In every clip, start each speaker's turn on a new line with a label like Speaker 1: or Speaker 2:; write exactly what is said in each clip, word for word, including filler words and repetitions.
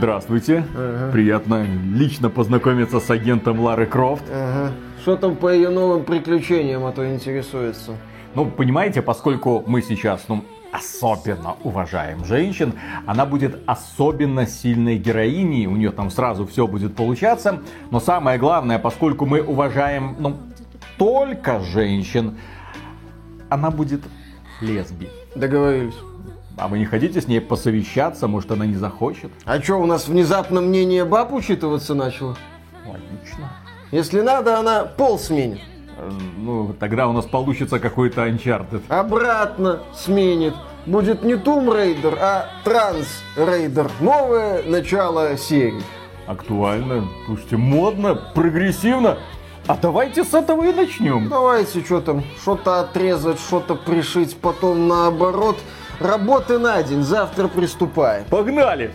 Speaker 1: Здравствуйте. Ага. Приятно лично познакомиться с агентом Лары Крофт.
Speaker 2: Ага. Что там по ее новым приключениям, а то интересуется.
Speaker 1: Ну, понимаете, поскольку мы сейчас, ну, особенно уважаем женщин, она будет особенно сильной героиней, у нее там сразу все будет получаться. Но самое главное, поскольку мы уважаем, ну, только женщин, она будет лесби.
Speaker 2: Договорились.
Speaker 1: А вы не хотите с ней посовещаться? Может, она не захочет?
Speaker 2: А что, у нас внезапно мнение баб учитываться начало?
Speaker 1: Логично.
Speaker 2: Если надо, она пол сменит.
Speaker 1: Ну, тогда у нас получится какой-то Uncharted.
Speaker 2: Обратно сменит. Будет не Tomb Raider, а Trans Raider. Новое начало серии.
Speaker 1: Актуально, слушайте, модно, прогрессивно. А давайте с этого и начнем.
Speaker 2: Давайте, что там, что-то отрезать, что-то пришить, потом наоборот. Работы на день, завтра приступаем.
Speaker 1: Погнали!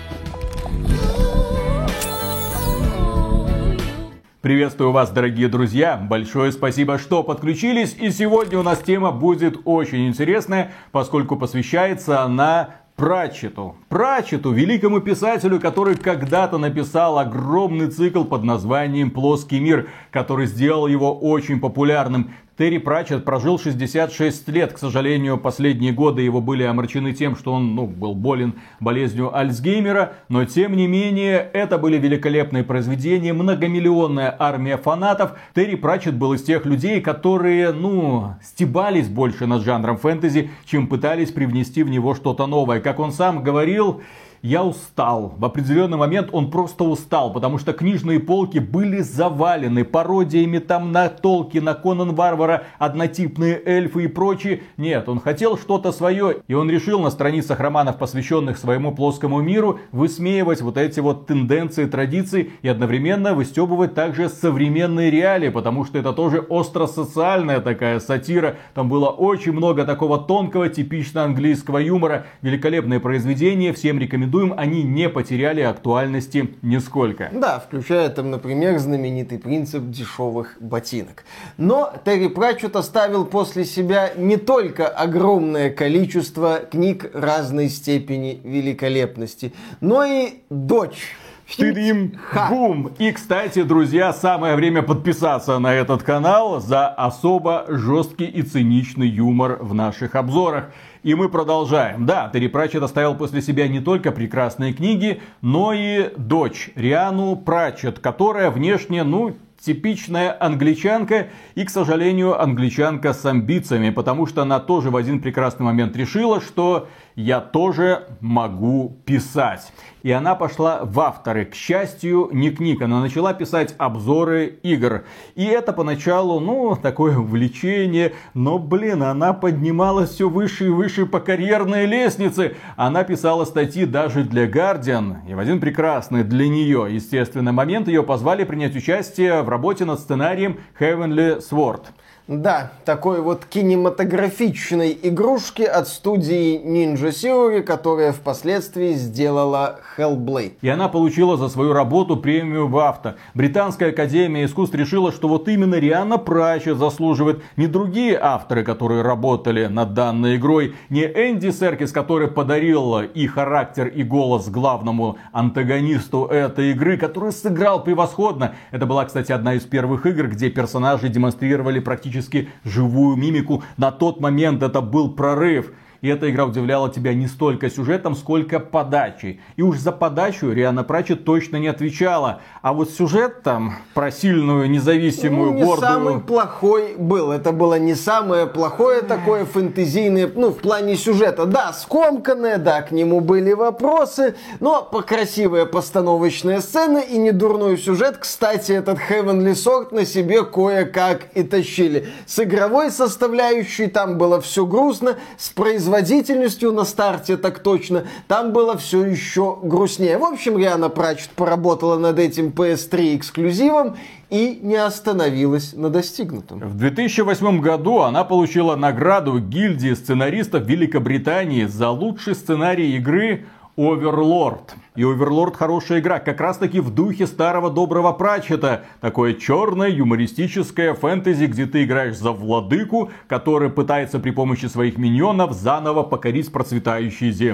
Speaker 1: Приветствую вас, дорогие друзья. Большое спасибо, что подключились. И сегодня у нас тема будет очень интересная, поскольку посвящается она Пратчетту. Пратчетту, великому писателю, который когда-то написал огромный цикл под названием «Плоский мир», который сделал его очень популярным. Терри Пратчетт прожил шестьдесят шесть лет. К сожалению, последние годы его были омрачены тем, что он ну, был болен болезнью Альцгеймера. Но, тем не менее, это были великолепные произведения, многомиллионная армия фанатов. Терри Пратчетт был из тех людей, которые, ну, стебались больше над жанром фэнтези, чем пытались привнести в него что-то новое. Как он сам говорил... Я устал. В определенный момент он просто устал, потому что книжные полки были завалены пародиями там на Толкина, Конан Варвара, однотипные эльфы и прочее. Нет, он хотел что-то свое, и он решил на страницах романов, посвященных своему плоскому миру, высмеивать вот эти вот тенденции, традиции и одновременно выстебывать также современные реалии, потому что это тоже остросоциальная такая сатира. Там было очень много такого тонкого, типично английского юмора. Великолепные произведения, всем рекомендую. Они не потеряли актуальности нисколько.
Speaker 2: Да, включая там, например, знаменитый принцип дешевых ботинок. Но Терри Пратчетт оставил после себя не только огромное количество книг разной степени великолепности, но и дочь.
Speaker 1: Тыдым, бум! И, кстати, друзья, самое время подписаться на этот канал за особо жесткий и циничный юмор в наших обзорах. И мы продолжаем. Да, Терри Пратчетт оставил после себя не только прекрасные книги, но и дочь Риану Пратчетт, которая внешне, ну, типичная англичанка и, к сожалению, англичанка с амбициями, потому что она тоже в один прекрасный момент решила, что я тоже могу писать. И она пошла в авторы. К счастью, не книг. Она начала писать обзоры игр. И это поначалу, ну, такое увлечение. Но, блин, она поднималась все выше и выше по карьерной лестнице. Она писала статьи даже для Guardian. И в один прекрасный для нее, естественно, момент ее позвали принять участие в работе над сценарием Heavenly Sword.
Speaker 2: Да, такой вот кинематографичной игрушки от студии Ninja Theory, которая впоследствии сделала Hellblade.
Speaker 1: И она получила за свою работу премию BAFTA. Британская академия искусств решила, что вот именно Риана Пратчетт заслуживает, не другие авторы, которые работали над данной игрой, не Энди Серкис, который подарил и характер, и голос главному антагонисту этой игры, который сыграл превосходно. Это была, кстати, одна из первых игр, где персонажи демонстрировали практически живую мимику. На тот момент это был прорыв. И эта игра удивляла тебя не столько сюжетом, сколько подачей. И уж за подачу Риана Пратчетт точно не отвечала. А вот сюжет там про сильную, независимую,
Speaker 2: ну, не
Speaker 1: гордую...
Speaker 2: самый плохой был. Это было не самое плохое такое фэнтезийное, ну, в плане сюжета. Да, скомканное, да, к нему были вопросы, но красивая постановочная сцена и недурной сюжет. Кстати, этот Heavenly Sword на себе кое-как и тащили. С игровой составляющей там было все грустно, с производительностью производительностью на старте, так точно, там было все еще грустнее. В общем, Риана Пратчетт поработала над этим пи эс три эксклюзивом и не остановилась на достигнутом.
Speaker 1: В две тысячи восьмом году она получила награду гильдии сценаристов Великобритании за лучший сценарий игры Overlord. И Overlord хорошая игра, как раз таки в духе старого доброго Пратчетта. Такое черное юмористическое фэнтези, где ты играешь за владыку, который пытается при помощи своих миньонов заново покорить процветающие земли.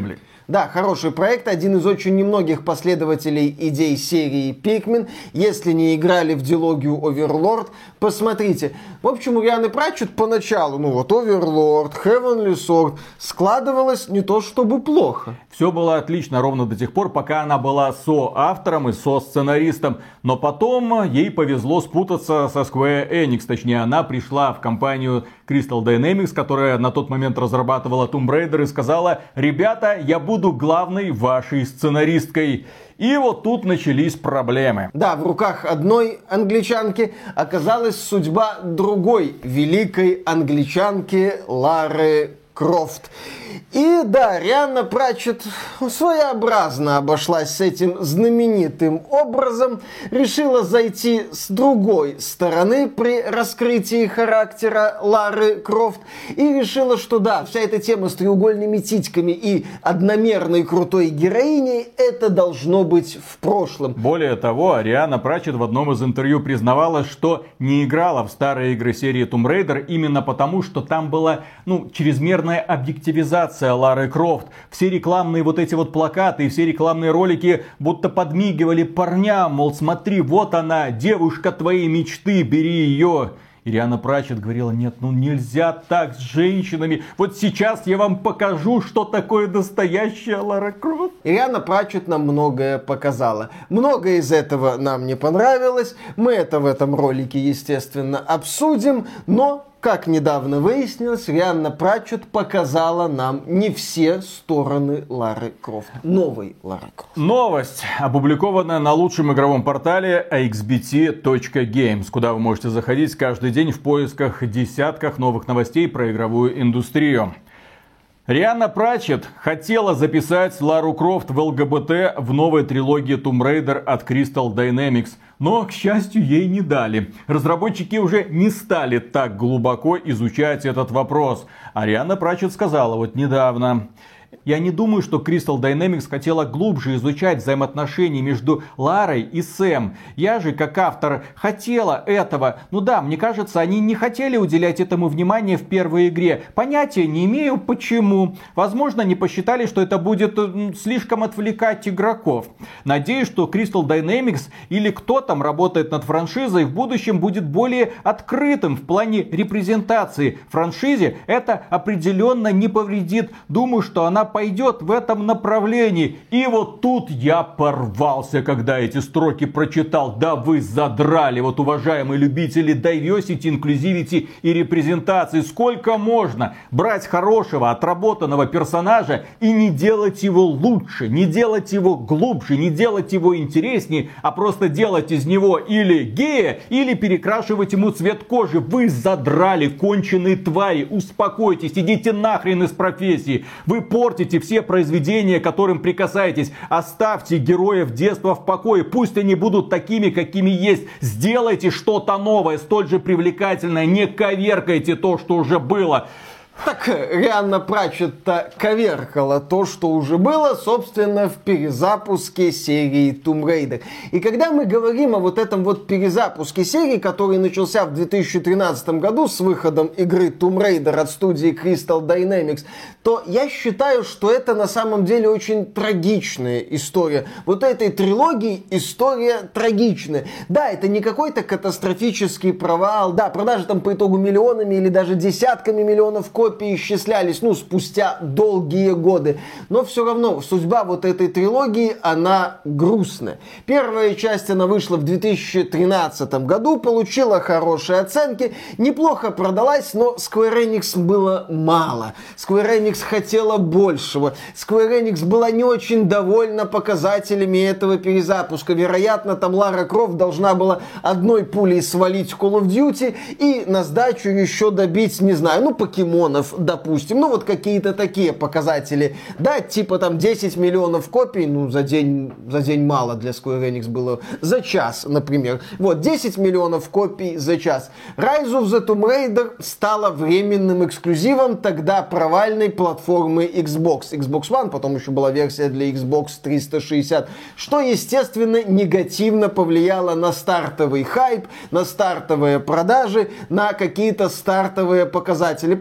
Speaker 2: Да, хороший проект, один из очень немногих последователей идей серии Pikmin. Если не играли в дилогию Overlord, посмотрите. В общем, у Рианы Пратчетт поначалу, ну вот Overlord, Heavenly Sword, складывалось не то чтобы плохо.
Speaker 1: Все было отлично ровно до тех пор, пока она была соавтором и со-сценаристом. Но потом ей повезло спутаться со Square Enix. Точнее, она пришла в компанию Crystal Dynamics, которая на тот момент разрабатывала Tomb Raider, и сказала: ребята, я буду главной вашей сценаристкой. И вот тут начались проблемы.
Speaker 2: Да, в руках одной англичанки оказалась судьба другой великой англичанки Лары Крофт. И да, Рианна Пратчетт своеобразно обошлась с этим знаменитым образом, решила зайти с другой стороны при раскрытии характера Лары Крофт и решила, что да, вся эта тема с треугольными титьками и одномерной крутой героиней, это должно быть в прошлом.
Speaker 1: Более того, Рианна Пратчетт в одном из интервью признавалась, что не играла в старые игры серии Tomb Raider именно потому, что там была, ну, чрезмерная объективизация Лары Крофт. Все рекламные вот эти вот плакаты и все рекламные ролики будто подмигивали парням, мол, смотри, вот она, девушка твоей мечты, бери ее. И Рианна Пратчетт говорила: нет, ну нельзя так с женщинами. Вот сейчас я вам покажу, что такое настоящая Лара Крофт.
Speaker 2: Рианна Пратчетт нам многое показала. Многое из этого нам не понравилось. Мы это в этом ролике, естественно, обсудим. Но, как недавно выяснилось, Рианна Пратчетт показала нам не все стороны Лары Крофт. Новой Лары Крофт.
Speaker 1: Новость, опубликованная на лучшем игровом портале икс би ти точка геймс, куда вы можете заходить каждый день в поисках десятках новых новостей про игровую индустрию. Рианна Пратчетт хотела записать Лару Крофт в эл гэ бэ тэ в новой трилогии Tomb Raider от Crystal Dynamics. Но, к счастью, ей не дали. Разработчики уже не стали так глубоко изучать этот вопрос. А Рианна Пратчетт сказала вот недавно: я не думаю, что Crystal Dynamics хотела глубже изучать взаимоотношения между Ларой и Сэм. Я же, как автор, хотела этого. Ну да, мне кажется, они не хотели уделять этому внимание в первой игре. Понятия не имею, почему. Возможно, они посчитали, что это будет слишком отвлекать игроков. Надеюсь, что Crystal Dynamics или кто там работает над франшизой в будущем будет более открытым в плане репрезентации. Франшизе это определенно не повредит. Думаю, что она пойдет в этом направлении. И вот тут я порвался, когда эти строки прочитал. Да вы задрали, вот, уважаемые любители diversity, inclusivity и репрезентации. Сколько можно брать хорошего, отработанного персонажа и не делать его лучше, не делать его глубже, не делать его интереснее, а просто делать из него или гея, или перекрашивать ему цвет кожи. Вы задрали, конченые твари. Успокойтесь, идите нахрен из профессии. Вы портите все произведения, к которым прикасаетесь. Оставьте героев детства в покое. Пусть они будут такими, какими есть. Сделайте что-то новое, столь же привлекательное. Не коверкайте то, что уже было.
Speaker 2: Так Рианна Пратчетт-то коверкала то, что уже было, собственно, в перезапуске серии Tomb Raider. И когда мы говорим о вот этом вот перезапуске серии, который начался в две тысячи тринадцатом году с выходом игры Tomb Raider от студии Crystal Dynamics, то я считаю, что это на самом деле очень трагичная история. Вот этой трилогии история трагичная. Да, это не какой-то катастрофический провал, да, продажи там по итогу миллионами или даже десятками миллионов копий исчислялись, ну, спустя долгие годы. Но все равно судьба вот этой трилогии, она грустная. Первая часть, она вышла в две тысячи тринадцатом году, получила хорошие оценки, неплохо продалась, но Square Enix было мало. Square Enix хотела большего. Square Enix была не очень довольна показателями этого перезапуска. Вероятно, там Лара Крофт должна была одной пулей свалить Call of Duty и на сдачу еще добить, не знаю, ну, покемонов, допустим, ну вот какие-то такие показатели, да, типа там десять миллионов копий, ну за день, за день мало для Square Enix было, за час, например, вот десять миллионов копий за час. Rise of the Tomb Raider стала временным эксклюзивом тогда провальной платформы Xbox, Xbox One, потом еще была версия для Xbox триста шестьдесят, что, естественно, негативно повлияло на стартовый хайп, на стартовые продажи, на какие-то стартовые показатели. Потом игра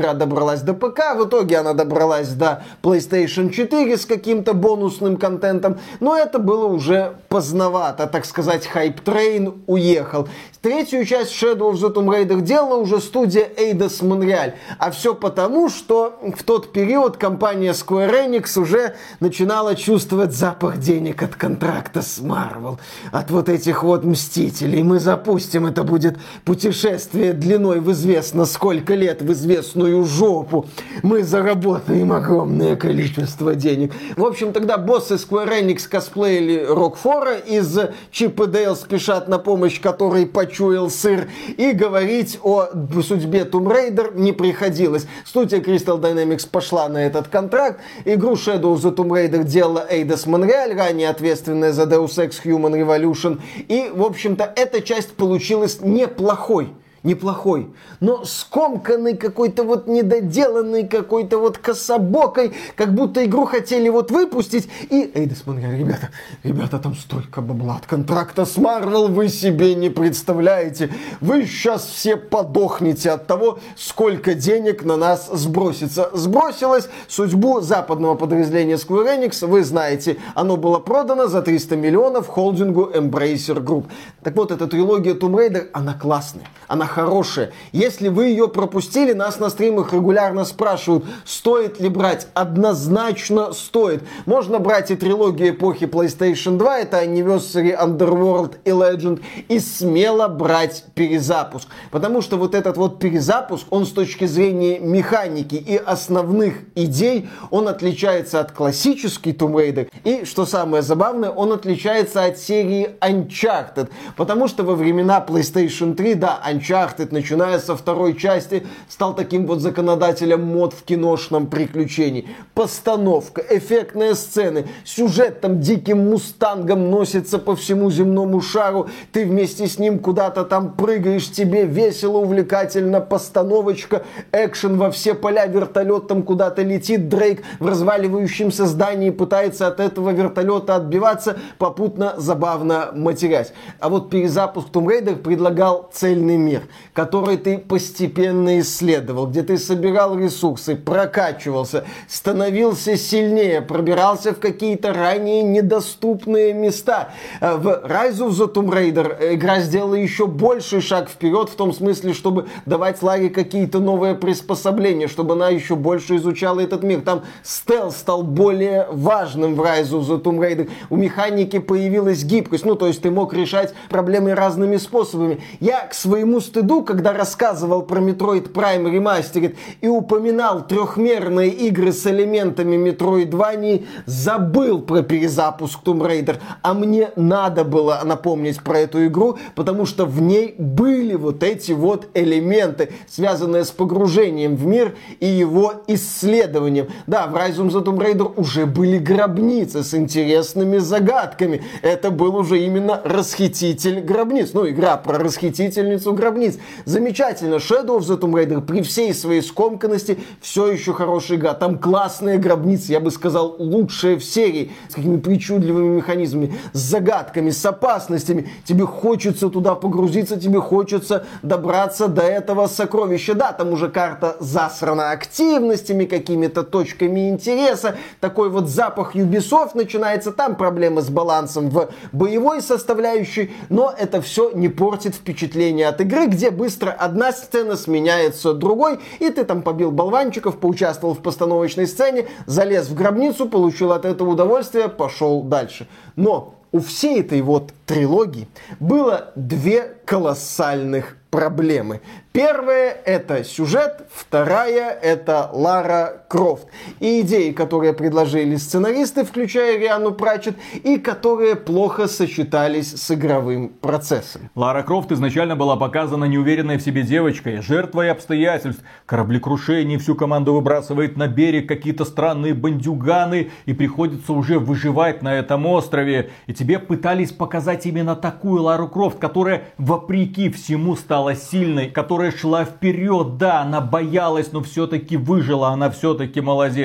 Speaker 2: игра добралась до ПК, в итоге она добралась до PlayStation четыре с каким-то бонусным контентом, но это было уже поздновато, так сказать, хайп-трейн уехал. Третью часть Shadow of the Tomb Raider делала уже студия Eidos Montreal, а все потому, что в тот период компания Square Enix уже начинала чувствовать запах денег от контракта с Marvel, от вот этих вот Мстителей. Мы запустим, это будет путешествие длиной в известно сколько лет, в известную жопу. Мы заработаем огромное количество денег. В общем, тогда боссы Square Enix косплеили Рокфора из Чип и Дейл спешат на помощь, который почуял сыр, и говорить о судьбе Tomb Raider не приходилось. Студия Crystal Dynamics пошла на этот контракт. Игру Shadow of the Tomb Raider делала Eidos Montreal, ранее ответственная за Deus Ex Human Revolution. И, в общем-то, эта часть получилась неплохой. Неплохой, но скомканный, какой-то вот недоделанный, какой-то вот кособокой, как будто игру хотели вот выпустить, и Eidos Montreal, ребята, ребята, там столько бабла от контракта с Marvel, вы себе не представляете, вы сейчас все подохнете от того, сколько денег на нас сбросится. Сбросилось. Судьбу западного подразделения Square Enix вы знаете, оно было продано за триста миллионов холдингу Embracer Group. Так вот, эта трилогия Tomb Raider, она классная, она хорошая. Если вы ее пропустили, нас на стримах регулярно спрашивают, стоит ли брать. Однозначно стоит. Можно брать и трилогию эпохи PlayStation два, это Anniversary, Underworld и Legend, и смело брать перезапуск. Потому что вот этот вот перезапуск, он с точки зрения механики и основных идей, он отличается от классической Tomb Raider. И, что самое забавное, он отличается от серии Uncharted. Потому что во времена PlayStation три, да, Uncharted, начиная со второй части, стал таким вот законодателем мод в киношном приключении. Постановка, эффектные сцены, сюжет там диким мустангом носится по всему земному шару, ты вместе с ним куда-то там прыгаешь, тебе весело, увлекательно, постановочка, экшен во все поля, вертолет там куда-то летит, Дрейк в разваливающемся здании пытается от этого вертолета отбиваться, попутно забавно матерясь. А вот перезапуск Tomb Raider предлагал цельный мир, который ты постепенно исследовал, где ты собирал ресурсы, прокачивался, становился сильнее, пробирался в какие-то ранее недоступные места. В Rise of the Tomb Raider игра сделала еще больший шаг вперед, в том смысле, чтобы давать Ларе какие-то новые приспособления, чтобы она еще больше изучала этот мир. Там стелс стал более важным в Rise of the Tomb Raider. У механики появилась гибкость, ну то есть ты мог решать проблемы разными способами. Я к своему стыду, когда рассказывал про Metroid Prime Remastered и упоминал трехмерные игры с элементами Metroidvania, забыл про перезапуск Tomb Raider. А мне надо было напомнить про эту игру, потому что в ней были вот эти вот элементы, связанные с погружением в мир и его исследованием. Да, в Rise of the Tomb Raider уже были гробницы с интересными загадками. Это был уже именно расхититель гробниц. Ну, игра про расхитительницу гробниц. Замечательно. Shadow of the Tomb Raider при всей своей скомканности все еще хорошая игра. Там классные гробницы, я бы сказал, лучшие в серии. С какими причудливыми механизмами, с загадками, с опасностями. Тебе хочется туда погрузиться, тебе хочется добраться до этого сокровища. Да, там уже карта засрана активностями, какими-то точками интереса. Такой вот запах Ubisoft начинается. Там проблемы с балансом в боевой составляющей. Но это все не портит впечатление от игры, где быстро одна сцена сменяется другой, и ты там побил болванчиков, поучаствовал в постановочной сцене, залез в гробницу, получил от этого удовольствие, пошел дальше. Но у всей этой вот трилогии было две колоссальных проблемы. Первая — это сюжет, вторая — это Лара Крофт. И идеи, которые предложили сценаристы, включая Рианну Пратчетт, и которые плохо сочетались с игровым процессом.
Speaker 1: Лара Крофт изначально была показана неуверенной в себе девочкой, жертвой обстоятельств, кораблекрушений, всю команду выбрасывает на берег какие-то странные бандюганы, и приходится уже выживать на этом острове. И тебе пытались показать именно такую Лару Крофт, которая вопреки всему стала сильной, которая шла вперед, да, она боялась, но все-таки выжила, она все-таки молодец.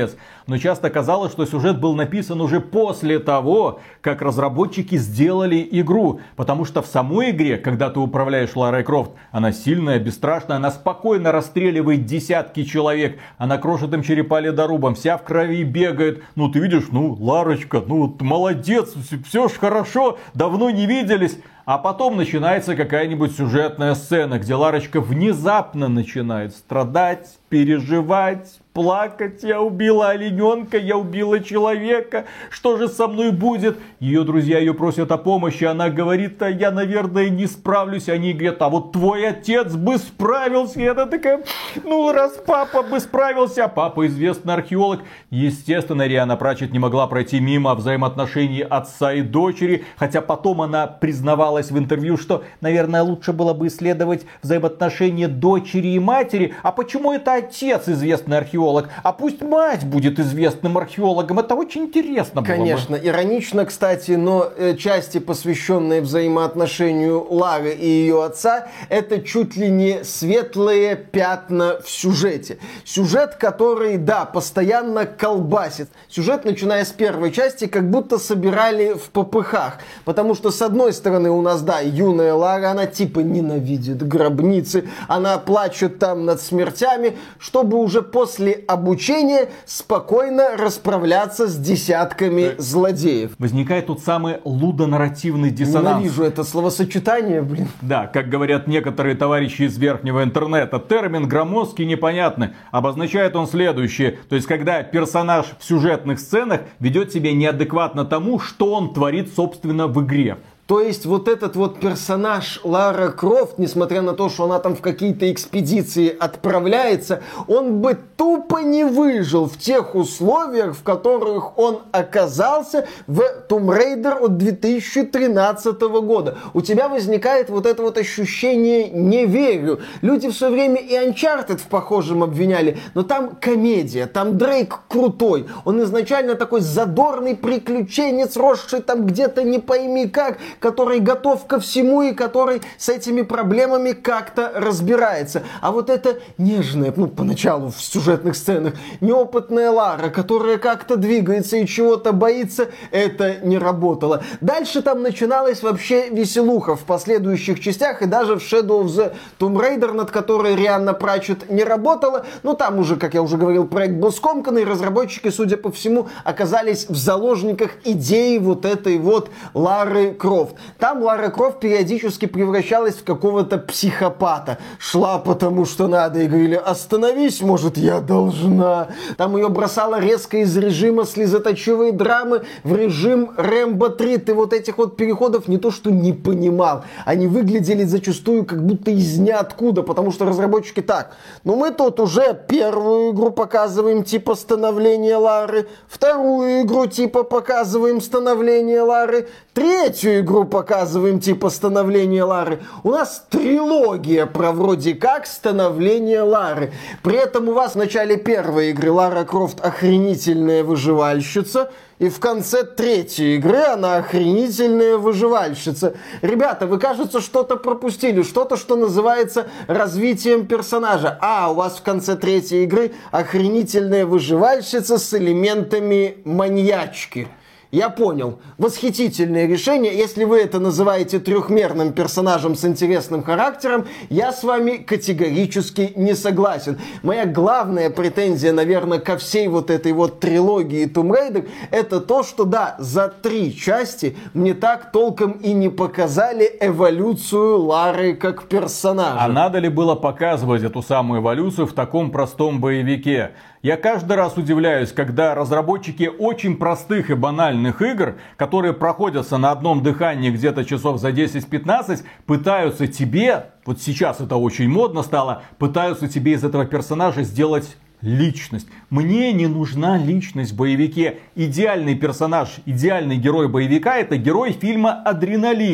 Speaker 1: но часто казалось, что сюжет был написан уже после того, как разработчики сделали игру. Потому что в самой игре, когда ты управляешь Ларой Крофт, она сильная, бесстрашная, она спокойно расстреливает десятки человек, она крошит им черепа ледорубом, вся в крови бегает. Ну ты видишь, ну Ларочка, ну ты молодец, все ж хорошо, давно не виделись. А потом начинается какая-нибудь сюжетная сцена, где Ларочка внезапно начинает страдать, переживать, плакать. Я убила олененка, я убила человека. Что же со мной будет? Ее друзья ее просят о помощи. Она говорит, а я, наверное, не справлюсь. Они говорят, а вот твой отец бы справился. И она такая, ну раз папа бы справился. А папа известный археолог. Естественно, Риана Пратчетт не могла пройти мимо взаимоотношений отца и дочери. Хотя потом она признавалась в интервью, что, наверное, лучше было бы исследовать взаимоотношения дочери и матери. А почему это отец известный археолог? А пусть мать будет известным археологом. Это очень интересно было.
Speaker 2: Конечно. Бы. Иронично, кстати, но части, посвященные взаимоотношению Лары и ее отца, это чуть ли не светлые пятна в сюжете. Сюжет, который, да, постоянно колбасит. Сюжет, начиная с первой части, как будто собирали в попыхах. Потому что, с одной стороны, у нас, да, юная Лара, она типа ненавидит гробницы, она плачет там над смертями, чтобы уже после обучения спокойно расправляться с десятками так. злодеев.
Speaker 1: Возникает тот самый лудонарративный диссонанс.
Speaker 2: Ненавижу это словосочетание, блин.
Speaker 1: Да, как говорят некоторые товарищи из верхнего интернета, термин громоздкий непонятный. Обозначает он следующее. То есть, когда персонаж в сюжетных сценах ведет себя неадекватно тому, что он творит, собственно, в игре.
Speaker 2: То есть вот этот вот персонаж Лара Крофт, несмотря на то, что она там в какие-то экспедиции отправляется, он бы тупо не выжил в тех условиях, в которых он оказался в Tomb Raider от две тысячи тринадцатого года. У тебя возникает вот это вот ощущение «не верю». Люди в свое время и Uncharted в похожем обвиняли, но там комедия, там Дрейк крутой. Он изначально такой задорный приключенец, росший там где-то не пойми как, который готов ко всему и который с этими проблемами как-то разбирается. А вот эта нежная, ну, поначалу в сюжетных сценах, неопытная Лара, которая как-то двигается и чего-то боится, это не работало. Дальше там начиналась вообще веселуха в последующих частях и даже в Shadow of the Tomb Raider, над которой Рианна Пратчетт не работала. Ну, там уже, как я уже говорил, проект был скомканный, и разработчики, судя по всему, оказались в заложниках идеи вот этой вот Лары Крофт. Там Лара Крофт периодически превращалась в какого-то психопата. Шла потому что надо и говорили, остановись, может, я должна. Там ее бросало резко из режима слезоточивой драмы в режим Рэмбо три. Ты вот этих вот переходов не то что не понимал. Они выглядели зачастую как будто из ниоткуда, потому что разработчики так, ну мы тут уже первую игру показываем типа становления Лары, вторую игру типа показываем становление Лары, третью игру показываем типа становление Лары. У нас трилогия про вроде как становление Лары. При этом у вас в начале первой игры Лара Крофт охренительная выживальщица, и в конце третьей игры она охренительная выживальщица. Ребята, вы, кажется, что-то пропустили. Что-то, что называется развитием персонажа. А, у вас в конце третьей игры охренительная выживальщица с элементами маньячки. Я понял. Восхитительное решение. Если вы это называете трехмерным персонажем с интересным характером, я с вами категорически не согласен. Моя главная претензия, наверное, ко всей вот этой вот трилогии Tomb Raider, это то, что да, за три части мне так толком и не показали эволюцию Лары как персонажа.
Speaker 1: А надо ли было показывать эту самую эволюцию в таком простом боевике? Я каждый раз удивляюсь, когда разработчики очень простых и банальных игр, которые проходятся на одном дыхании где-то часов за десять-пятнадцать, пытаются тебе, вот сейчас это очень модно стало, пытаются тебе из этого персонажа сделать личность. Мне не нужна личность в боевике. Идеальный персонаж, идеальный герой боевика — это герой фильма «Адреналин».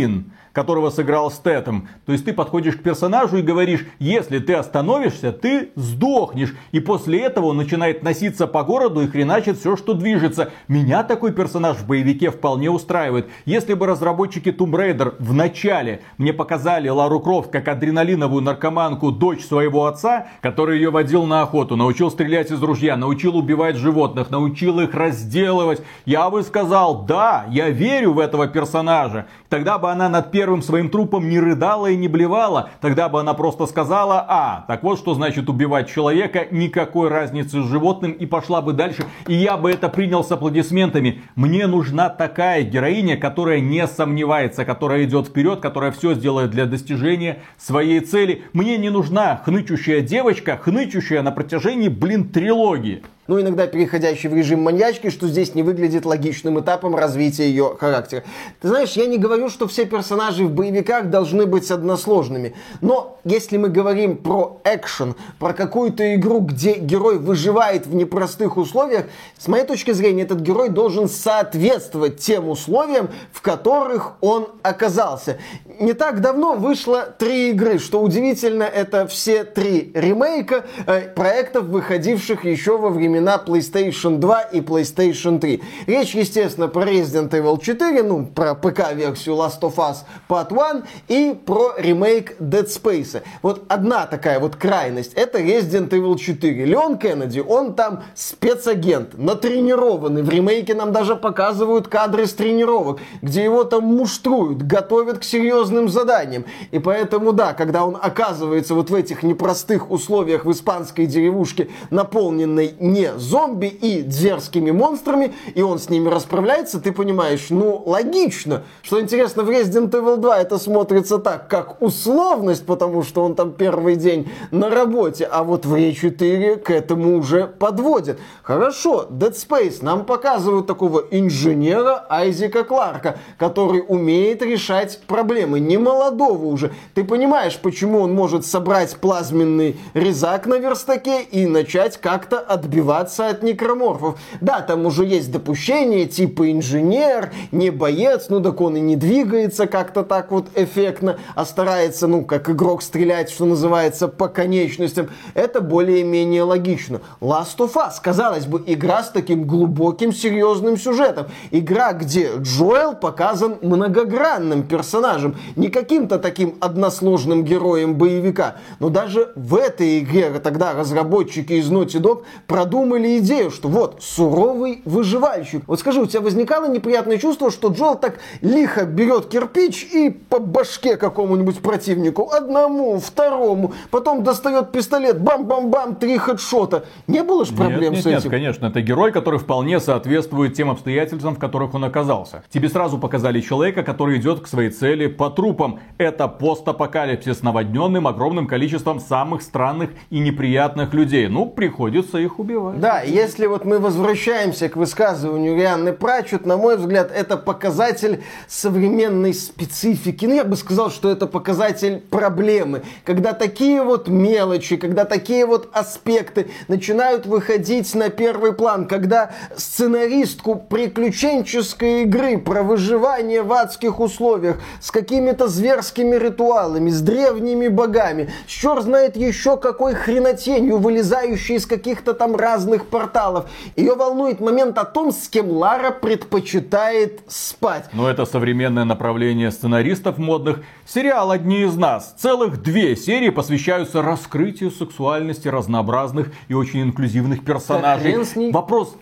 Speaker 1: которого сыграл Стэтэм. То есть ты подходишь к персонажу и говоришь, если ты остановишься, ты сдохнешь. И после этого он начинает носиться по городу и хреначит все, что движется. Меня такой персонаж в боевике вполне устраивает. Если бы разработчики Tomb Raider в начале мне показали Лару Крофт как адреналиновую наркоманку, дочь своего отца, который ее водил на охоту, научил стрелять из ружья, научил убивать животных, научил их разделывать, я бы сказал, да, я верю в этого персонажа. Тогда бы она над первым своим трупом не рыдала и не блевала. Тогда бы она просто сказала, а, так вот что значит убивать человека, никакой разницы с животным, и пошла бы дальше. И я бы это принял с аплодисментами. Мне нужна такая героиня, которая не сомневается, которая идет вперед, которая все сделает для достижения своей цели. Мне не нужна хнычущая девочка, хнычущая на протяжении, блин, трилогии.
Speaker 2: Ну, иногда переходящий в режим маньячки, что здесь не выглядит логичным этапом развития ее характера. Ты знаешь, я не говорю, что все персонажи в боевиках должны быть односложными. Но если мы говорим про экшен, про какую-то игру, где герой выживает в непростых условиях, с моей точки зрения, этот герой должен соответствовать тем условиям, в которых он оказался. Не так давно вышло три игры. Что удивительно, это все три ремейка э, проектов, выходивших еще во времена PlayStation два и PlayStation три. Речь, естественно, про Resident Evil четыре, ну, про ПК-версию Last of Us Part один и про ремейк Dead Space. Вот одна такая вот крайность, это Resident Evil четыре. Леон Кеннеди, он там спецагент, натренированный. В ремейке нам даже показывают кадры с тренировок, где его там муштруют, готовят к серьезным заданиям. И поэтому, да, когда он оказывается вот в этих непростых условиях в испанской деревушке, наполненной не зомби и дерзкими монстрами, и он с ними расправляется, ты понимаешь, ну, логично. Что интересно, в Resident Evil два это смотрится так, как условность, потому что он там первый день на работе, а вот в Ре четыре к этому уже подводят. Хорошо, Dead Space нам показывают такого инженера Айзека Кларка, который умеет решать проблемы, не молодого уже. Ты понимаешь, почему он может собрать плазменный резак на верстаке и начать как-то отбиваться от некроморфов. Да, там уже есть допущение, типа инженер, не боец, ну так он и не двигается как-то так вот эффектно, а старается, ну, как игрок стрелять, что называется, по конечностям. Это более-менее логично. Last of Us, казалось бы, игра с таким глубоким, серьезным сюжетом. Игра, где Джоэл показан многогранным персонажем, не каким-то таким односложным героем боевика. Но даже в этой игре тогда разработчики из Naughty Dog продумали идею, что вот, суровый выживальщик. Вот скажи, у тебя возникало неприятное чувство, что Джоэл так лихо берет кирпич и по башке какому-нибудь противнику, одному, второму, потом достает пистолет, бам-бам-бам, три хедшота. Не было же проблем
Speaker 1: нет,
Speaker 2: с
Speaker 1: нет,
Speaker 2: этим?
Speaker 1: Нет, конечно, это герой, который вполне соответствует тем обстоятельствам, в которых он оказался. Тебе сразу показали человека, который идет к своей цели по трупам. Это постапокалипсис, наводненным огромным количеством самых странных и неприятных людей. Ну, приходится их убивать.
Speaker 2: Да, если вот мы возвращаемся к высказыванию Рианны Пратчетт, на мой взгляд, это показатель современной специфики. Ну, я бы сказал, что это показатель проблемы. Когда такие вот мелочи, когда такие вот аспекты начинают выходить на первый план, когда сценаристку приключенческой игры про выживание в адских условиях с какими-то зверскими ритуалами, с древними богами, с черт знает еще какой хренотенью, вылезающей из каких-то там разных порталов. Ее волнует момент о том, с кем Лара предпочитает спать.
Speaker 1: Но это современное направление сценаристов модных. Сериал «Одни из нас». Целых две серии посвящаются раскрытию сексуальности разнообразных и очень инклюзивных персонажей. Вопрос,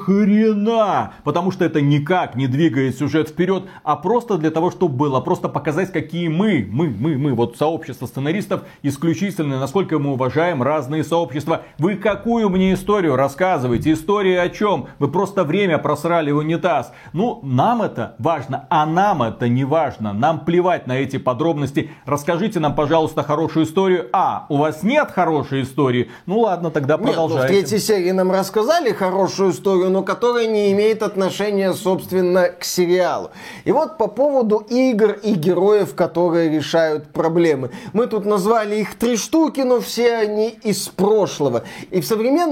Speaker 1: нахрена? Потому что это никак не двигает сюжет вперед, а просто для того, чтобы было. Просто показать, какие мы, мы, мы, мы, вот сообщество сценаристов исключительно, насколько мы уважаем разные сообщества. Вы какую мне историю рассказываете? История о чем? Вы просто время просрали в унитаз. Ну, нам это важно, а нам это не важно. Нам плевать на эти подробности. Расскажите нам, пожалуйста, хорошую историю. А, у вас нет хорошей истории? Ну ладно, тогда продолжайте.
Speaker 2: Нет, ну, в третьей серии нам рассказали хорошую историю, но которая не имеет отношения, собственно, к сериалу. И вот по поводу игр и героев, которые решают проблемы. Мы тут назвали их три штуки, но все они из прошлого. И в современной игровой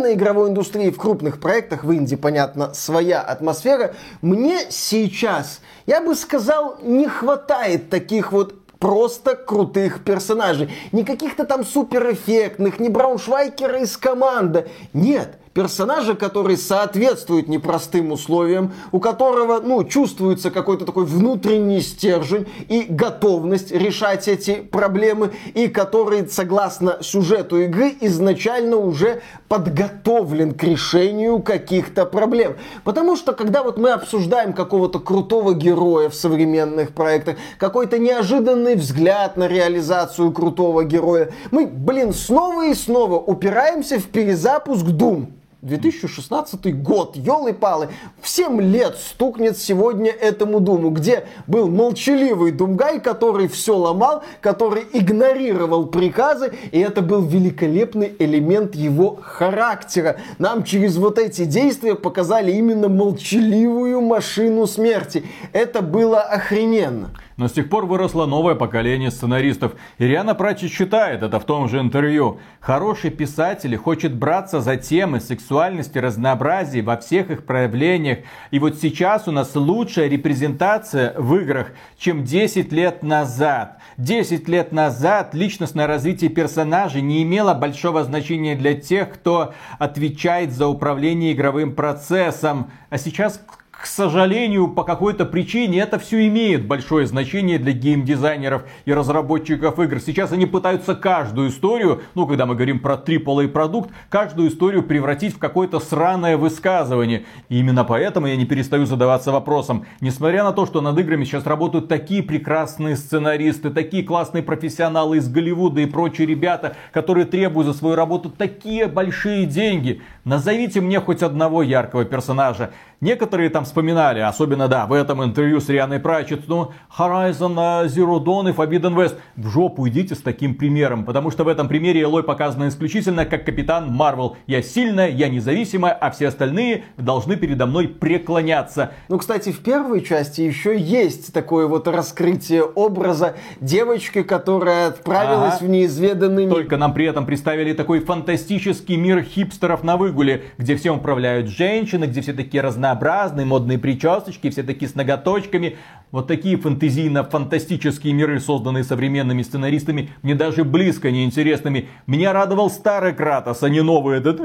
Speaker 2: игровой индустрии в крупных проектах, в инди, понятно, своя атмосфера. Мне сейчас, я бы сказал, не хватает таких вот просто крутых персонажей. Не каких-то там суперэффектных, не Брауншвайгера из команды. Нет. Персонажа, который соответствует непростым условиям, у которого, ну, чувствуется какой-то такой внутренний стержень и готовность решать эти проблемы, и который, согласно сюжету игры, изначально уже подготовлен к решению каких-то проблем. Потому что, когда вот мы обсуждаем какого-то крутого героя в современных проектах, какой-то неожиданный взгляд на реализацию крутого героя, мы, блин, снова и снова упираемся в перезапуск Doom. две тысячи шестнадцатый год, елы-палы, в семь лет стукнет сегодня этому Думу, где был молчаливый Думгай, который все ломал, который игнорировал приказы, и это был великолепный элемент его характера. Нам через вот эти действия показали именно молчаливую машину смерти. Это было охрененно.
Speaker 1: Но с тех пор выросло новое поколение сценаристов. И Риана Пратчетт считает это в том же интервью. Хороший писатель хочет браться за темы сексуальности, разнообразия во всех их проявлениях. И вот сейчас у нас лучшая репрезентация в играх, чем десять лет назад. десять лет назад личностное развитие персонажей не имело большого значения для тех, кто отвечает за управление игровым процессом. А сейчас, к сожалению, по какой-то причине это все имеет большое значение для геймдизайнеров и разработчиков игр. Сейчас они пытаются каждую историю, ну, когда мы говорим про трипл эй продукт, каждую историю превратить в какое-то сраное высказывание. И именно поэтому я не перестаю задаваться вопросом. Несмотря на то, что над играми сейчас работают такие прекрасные сценаристы, такие классные профессионалы из Голливуда и прочие ребята, которые требуют за свою работу такие большие деньги, назовите мне хоть одного яркого персонажа. Некоторые там вспоминали, особенно, да, в этом интервью с Рианой Пратчетт, ну, Horizon Zero Dawn и Forbidden West. В жопу идите с таким примером, потому что в этом примере Элой показана исключительно как капитан Марвел. Я сильная, я независимая, а все остальные должны передо мной преклоняться.
Speaker 2: Ну, кстати, в первой части еще есть такое вот раскрытие образа девочки, которая отправилась ага. в неизведанный мир.
Speaker 1: Только нам при этом представили такой фантастический мир хипстеров на выгуле, где все управляют женщины, где все такие разнообразные, модные причесочки, все такие с ноготочками. Вот такие фантазийно-фантастические миры, созданные современными сценаристами, мне даже близко не интересными. Меня радовал старый Кратос, а не новый этот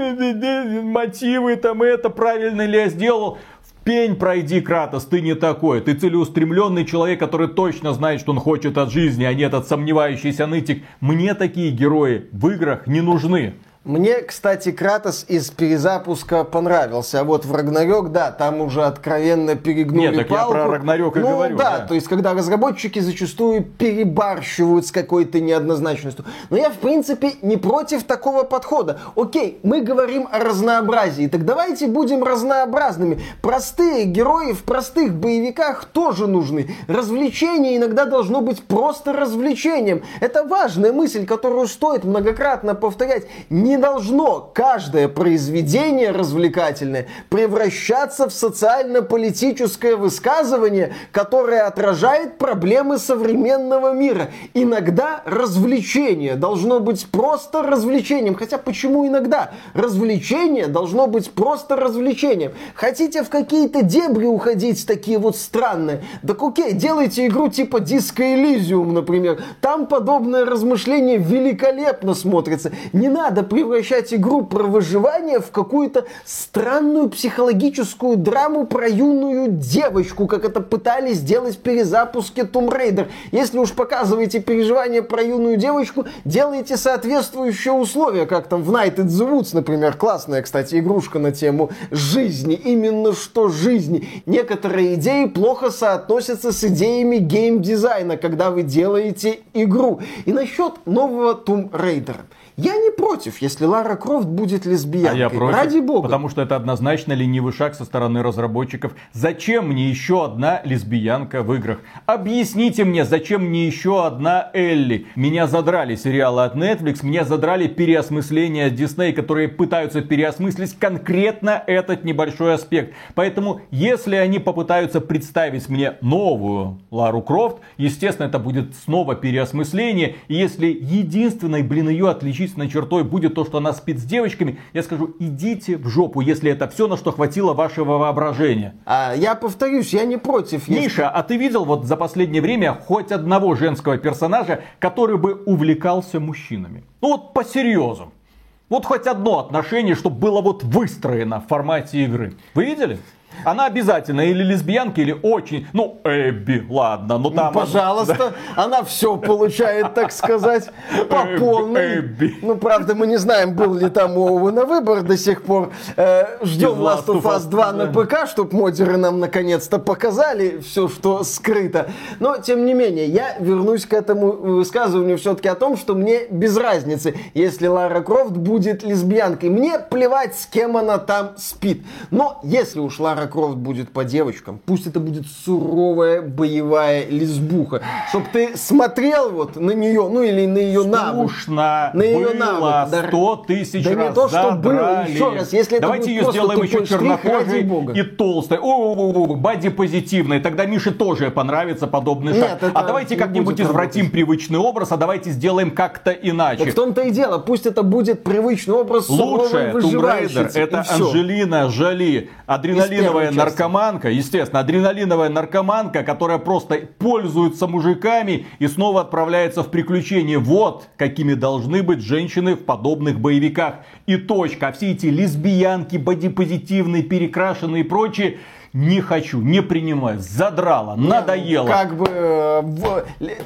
Speaker 1: мотивы, там это, правильно ли я сделал. Пень пройди, Кратос, ты не такой. Ты целеустремленный человек, который точно знает, что он хочет от жизни, а не этот сомневающийся нытик. Мне такие герои в играх не нужны.
Speaker 2: Мне, кстати, Кратос из перезапуска понравился. А вот в Рагнарёк, да, там уже откровенно перегнули
Speaker 1: Нет, так
Speaker 2: палку.
Speaker 1: я про Рагнарёк и
Speaker 2: ну,
Speaker 1: говорю.
Speaker 2: Да,
Speaker 1: да,
Speaker 2: то есть, когда разработчики зачастую перебарщивают с какой-то неоднозначностью. Но я, в принципе, не против такого подхода. Окей, мы говорим о разнообразии, так давайте будем разнообразными. Простые герои в простых боевиках тоже нужны. Развлечение иногда должно быть просто развлечением. Это важная мысль, которую стоит многократно повторять. Не должно каждое произведение развлекательное превращаться в социально-политическое высказывание, которое отражает проблемы современного мира. Иногда развлечение должно быть просто развлечением. Хотя почему иногда? Развлечение должно быть просто развлечением. Хотите в какие-то дебри уходить такие вот странные? Так окей, делайте игру типа Disco Elysium, например. Там подобное размышление великолепно смотрится. Не надо превращать игру про выживание в какую-то странную психологическую драму про юную девочку, как это пытались сделать в перезапуске Tomb Raider. Если уж показываете переживания про юную девочку, делайте соответствующие условия, как там в Night in the Woods, например. Классная, кстати, игрушка на тему жизни. Именно что жизни. Некоторые идеи плохо соотносятся с идеями геймдизайна, когда вы делаете игру. И насчет нового Tomb Raider. Я не против, если Лара Крофт будет лесбиянкой.
Speaker 1: А я против,
Speaker 2: ради бога.
Speaker 1: Потому что это однозначно ленивый шаг со стороны разработчиков. Зачем мне еще одна лесбиянка в играх? Объясните мне, зачем мне еще одна Элли? Меня задрали сериалы от Netflix, меня задрали переосмысления от Disney, которые пытаются переосмыслить конкретно этот небольшой аспект. Поэтому, если они попытаются представить мне новую Лару Крофт, естественно, это будет снова переосмысление. И если единственной, блин, ее отличительной чертой будет то, то, что она спит с девочками, я скажу, идите в жопу, если это все, на что хватило вашего воображения.
Speaker 2: А я повторюсь, я не против.
Speaker 1: Миша,
Speaker 2: если...
Speaker 1: а ты видел вот за последнее время хоть одного женского персонажа, который бы увлекался мужчинами? Ну вот по серьезу. Вот хоть одно отношение, чтобы было вот выстроено в формате игры. Вы видели? Она обязательно или лесбиянка, или очень... Ну, Эбби, ладно, ну там...
Speaker 2: Ну, пожалуйста, да. Она все получает, так сказать, по полной.
Speaker 1: Эбби.
Speaker 2: Ну, правда, мы не знаем, был ли там у Оуэна выбор до сих пор. Э, ждем Last of Us два на ПК, чтобы модеры нам наконец-то показали все, что скрыто. Но, тем не менее, я вернусь к этому высказыванию все-таки о том, что мне без разницы, если Лара Крофт будет лесбиянкой. Мне плевать, с кем она там спит. Но если уж Лара Крофт будет по девочкам, пусть это будет суровая боевая лесбуха, чтоб ты смотрел вот на нее, ну или на ее навык.
Speaker 1: Скучно
Speaker 2: на ее
Speaker 1: было
Speaker 2: навык.
Speaker 1: сто тысяч
Speaker 2: да
Speaker 1: раз.
Speaker 2: Не то, что было, еще раз, если
Speaker 1: Давайте
Speaker 2: это
Speaker 1: ее сделаем еще чернокожей и толстой, боди-позитивной, тогда Мише тоже понравится подобный
Speaker 2: Нет,
Speaker 1: шаг. А давайте как-нибудь извратим работать. Привычный образ, а давайте сделаем как-то иначе.
Speaker 2: Так в том-то и дело, пусть это будет привычный образ суровой выживальщицы.
Speaker 1: Лучшее это Анджелина Джоли, адреналиновая наркоманка, естественно, адреналиновая наркоманка, которая просто пользуется мужиками и снова отправляется в приключения. Вот какими должны быть женщины в подобных боевиках. И точка. А все эти лесбиянки, бодипозитивные, перекрашенные и прочие... Не хочу, не принимаю, задрало, надоело.
Speaker 2: Как бы э, в,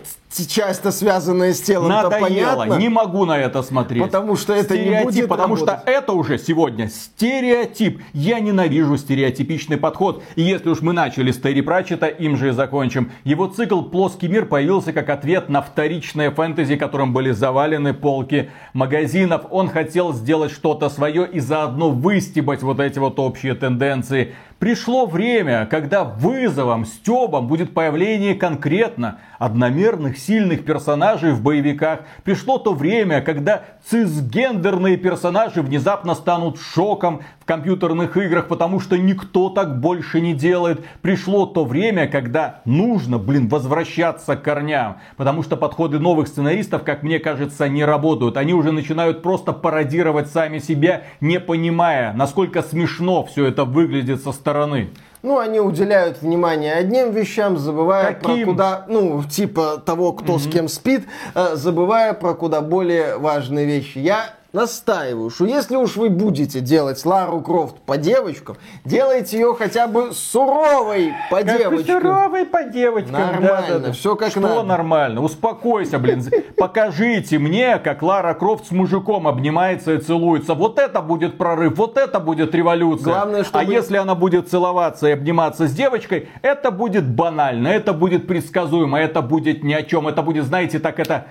Speaker 2: часто связанное с телом,
Speaker 1: надоело,
Speaker 2: понятно,
Speaker 1: не могу на это смотреть.
Speaker 2: Потому что это
Speaker 1: стереотип,
Speaker 2: не будет
Speaker 1: потому
Speaker 2: работать.
Speaker 1: что это уже сегодня стереотип. Я ненавижу стереотипичный подход. И если уж мы начали с Терри Пратчетта, им же и закончим. Его цикл «Плоский мир» появился как ответ на вторичное фэнтези, которым были завалены полки магазинов. Он хотел сделать что-то свое и заодно выстебать вот эти вот общие тенденции. Пришло время, когда вызовом, стёбом будет появление конкретно одномерных сильных персонажей в боевиках. Пришло то время, когда цисгендерные персонажи внезапно станут шоком в компьютерных играх, потому что никто так больше не делает. Пришло то время, когда нужно, блин, возвращаться к корням, потому что подходы новых сценаристов, как мне кажется, не работают. Они уже начинают просто пародировать сами себя, не понимая, насколько смешно все это выглядит со стороны.
Speaker 2: Ну, они уделяют внимание одним вещам, забывая
Speaker 1: Каким?
Speaker 2: про куда, ну, типа того, кто mm-hmm. с кем спит, э, забывая про куда более важные вещи. Я настаиваю, что если уж вы будете делать Лару Крофт по девочкам, делайте ее хотя бы суровой по
Speaker 1: как
Speaker 2: девочкам.
Speaker 1: Суровой по девочкам.
Speaker 2: Нормально,
Speaker 1: да, да, да.
Speaker 2: все как
Speaker 1: Что
Speaker 2: надо.
Speaker 1: нормально? Успокойся, блин. Покажите мне, как Лара Крофт с мужиком обнимается и целуется. Вот это будет прорыв, вот это будет революция.
Speaker 2: Главное, чтобы...
Speaker 1: А если она будет целоваться и обниматься с девочкой, это будет банально, это будет предсказуемо, это будет ни о чем. Это будет, знаете, так это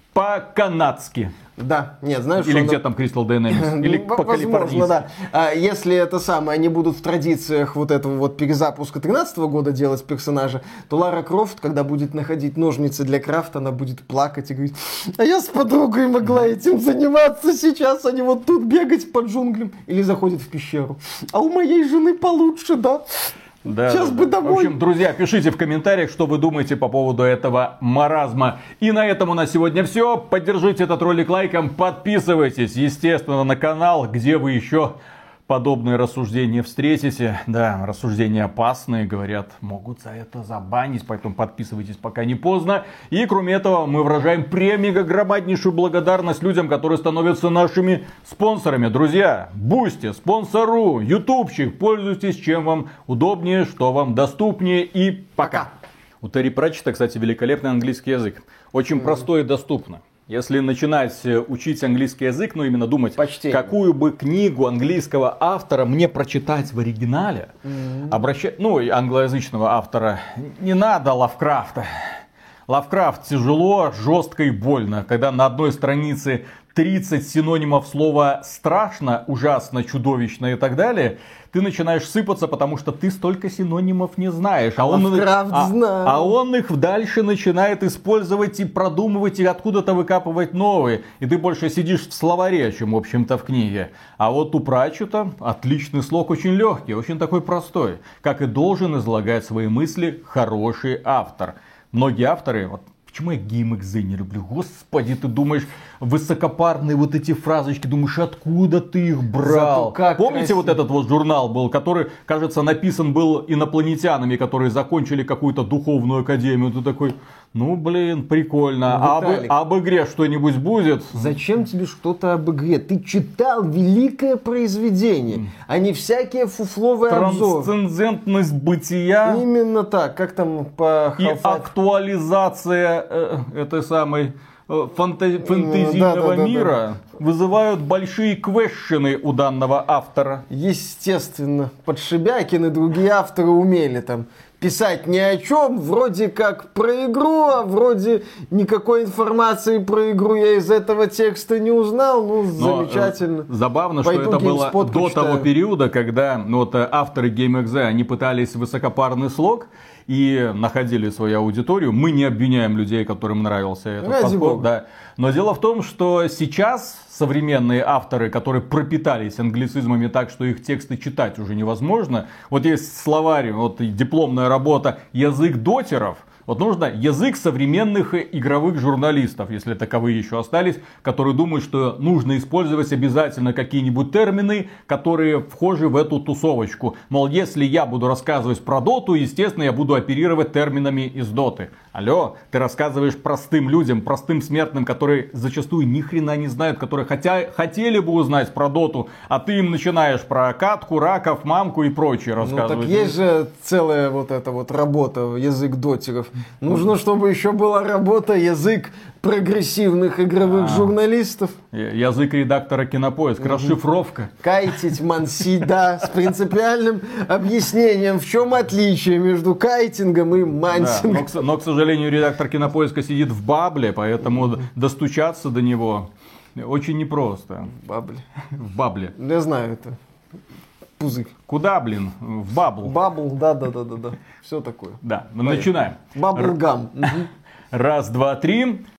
Speaker 1: по-канадски.
Speaker 2: Да, нет, знаешь,
Speaker 1: Или
Speaker 2: что
Speaker 1: где
Speaker 2: она...
Speaker 1: там Crystal Dynamics, или по-калифорнийски.
Speaker 2: Возможно, да. А если это самое, они будут в традициях вот этого вот перезапуска тринадцатого года делать персонажа, то Лара Крофт, когда будет находить ножницы для крафта, она будет плакать и говорить: а я с подругой могла этим заниматься, сейчас они вот тут бегать по джунглям. Или заходит в пещеру. А у моей жены получше, да?
Speaker 1: Да,
Speaker 2: Сейчас
Speaker 1: да,
Speaker 2: бы
Speaker 1: да.
Speaker 2: домой.
Speaker 1: В общем, друзья, пишите в комментариях, что вы думаете по поводу этого маразма. И на этом у нас сегодня все. Поддержите этот ролик лайком, подписывайтесь, естественно, на канал, где вы еще подобные рассуждения встретите. Да, рассуждения опасные, говорят, могут за это забанить, поэтому подписывайтесь, пока не поздно. И кроме этого, мы выражаем премега громаднейшую благодарность людям, которые становятся нашими спонсорами. Друзья, Бусти, спонсору, ютубчик, пользуйтесь чем вам удобнее, что вам доступнее, и пока. У Терри Пратчетта, кстати, великолепный английский язык. Очень mm. простой и доступно. Если начинать учить английский язык, ну именно думать,
Speaker 2: Почти.
Speaker 1: какую бы книгу английского автора мне прочитать в оригинале, mm-hmm. обращать, ну англоязычного автора, не надо Лавкрафта. Лавкрафт тяжело, жестко и больно, когда на одной странице тридцать синонимов слова страшно, ужасно, чудовищно и так далее, ты начинаешь сыпаться, потому что ты столько синонимов не знаешь. А он,
Speaker 2: а,
Speaker 1: а он их дальше начинает использовать и продумывать, и откуда-то выкапывать новые. И ты больше сидишь в словаре, чем, в общем-то, в книге. А вот у Пратчетта отличный слог, очень легкий, очень такой простой. Как и должен излагать свои мысли хороший автор. Многие авторы, вот, Почему я GameXZ не люблю? Господи, ты думаешь, высокопарные вот эти фразочки, думаешь, откуда ты их брал? Помните, красиво. Вот этот вот журнал был, который, кажется, написан был инопланетянами, которые закончили какую-то духовную академию. Ты такой, ну блин, прикольно. Ну, а, об, а об игре что-нибудь будет?
Speaker 2: Зачем тебе что-то об игре? Ты читал великое произведение, а не всякие фуфловые обзоры.
Speaker 1: Трансцендентность бытия.
Speaker 2: Именно так. Как там по
Speaker 1: И актуализация э, этой самой э, фанта- фэнтезийного да, да, да, мира да, да. вызывают большие квешены у данного автора.
Speaker 2: Естественно. Подшибякин и другие авторы умели там писать ни о чем, вроде как про игру, а вроде никакой информации про игру я из этого текста не узнал. Ну, Но, замечательно.
Speaker 1: Э, забавно, Пойду что это было до почитаю. того периода, когда ну, вот, авторы GameXZ, они пытались высокопарный слог и находили свою аудиторию. Мы не обвиняем людей, которым нравился этот подход. Да. Но дело в том, что сейчас современные авторы, которые пропитались англицизмами так, что их тексты читать уже невозможно. Вот есть словарь, вот дипломная работа «Язык дотеров». Вот нужно язык современных игровых журналистов, если таковые еще остались, которые думают, что нужно использовать обязательно какие-нибудь термины, которые вхожи в эту тусовочку. Мол, если я буду рассказывать про доту, естественно, я буду оперировать терминами из доты. Алло, ты рассказываешь простым людям, простым смертным, которые зачастую ни хрена не знают, которые хотя, хотели бы узнать про доту, а ты им начинаешь про катку, раков, мамку и прочее рассказывать.
Speaker 2: Ну так есть же целая вот эта вот работа, язык дотеров. Нужно, чтобы еще была работа, язык прогрессивных игровых а, журналистов.
Speaker 1: Язык редактора Кинопоиска, угу. расшифровка.
Speaker 2: Кайтить Манси, да, с принципиальным объяснением, в чем отличие между кайтингом и мансингом.
Speaker 1: Да, но, но, к сожалению, редактор Кинопоиска сидит в бабле, поэтому угу. достучаться до него очень непросто.
Speaker 2: В бабле?
Speaker 1: В бабле.
Speaker 2: Я знаю это. Пузырь.
Speaker 1: Куда, блин? В бабл.
Speaker 2: Бабл, да, да, да, да, да. Все такое.
Speaker 1: Да, мы начинаем.
Speaker 2: Баблгам.
Speaker 1: Раз, два, три.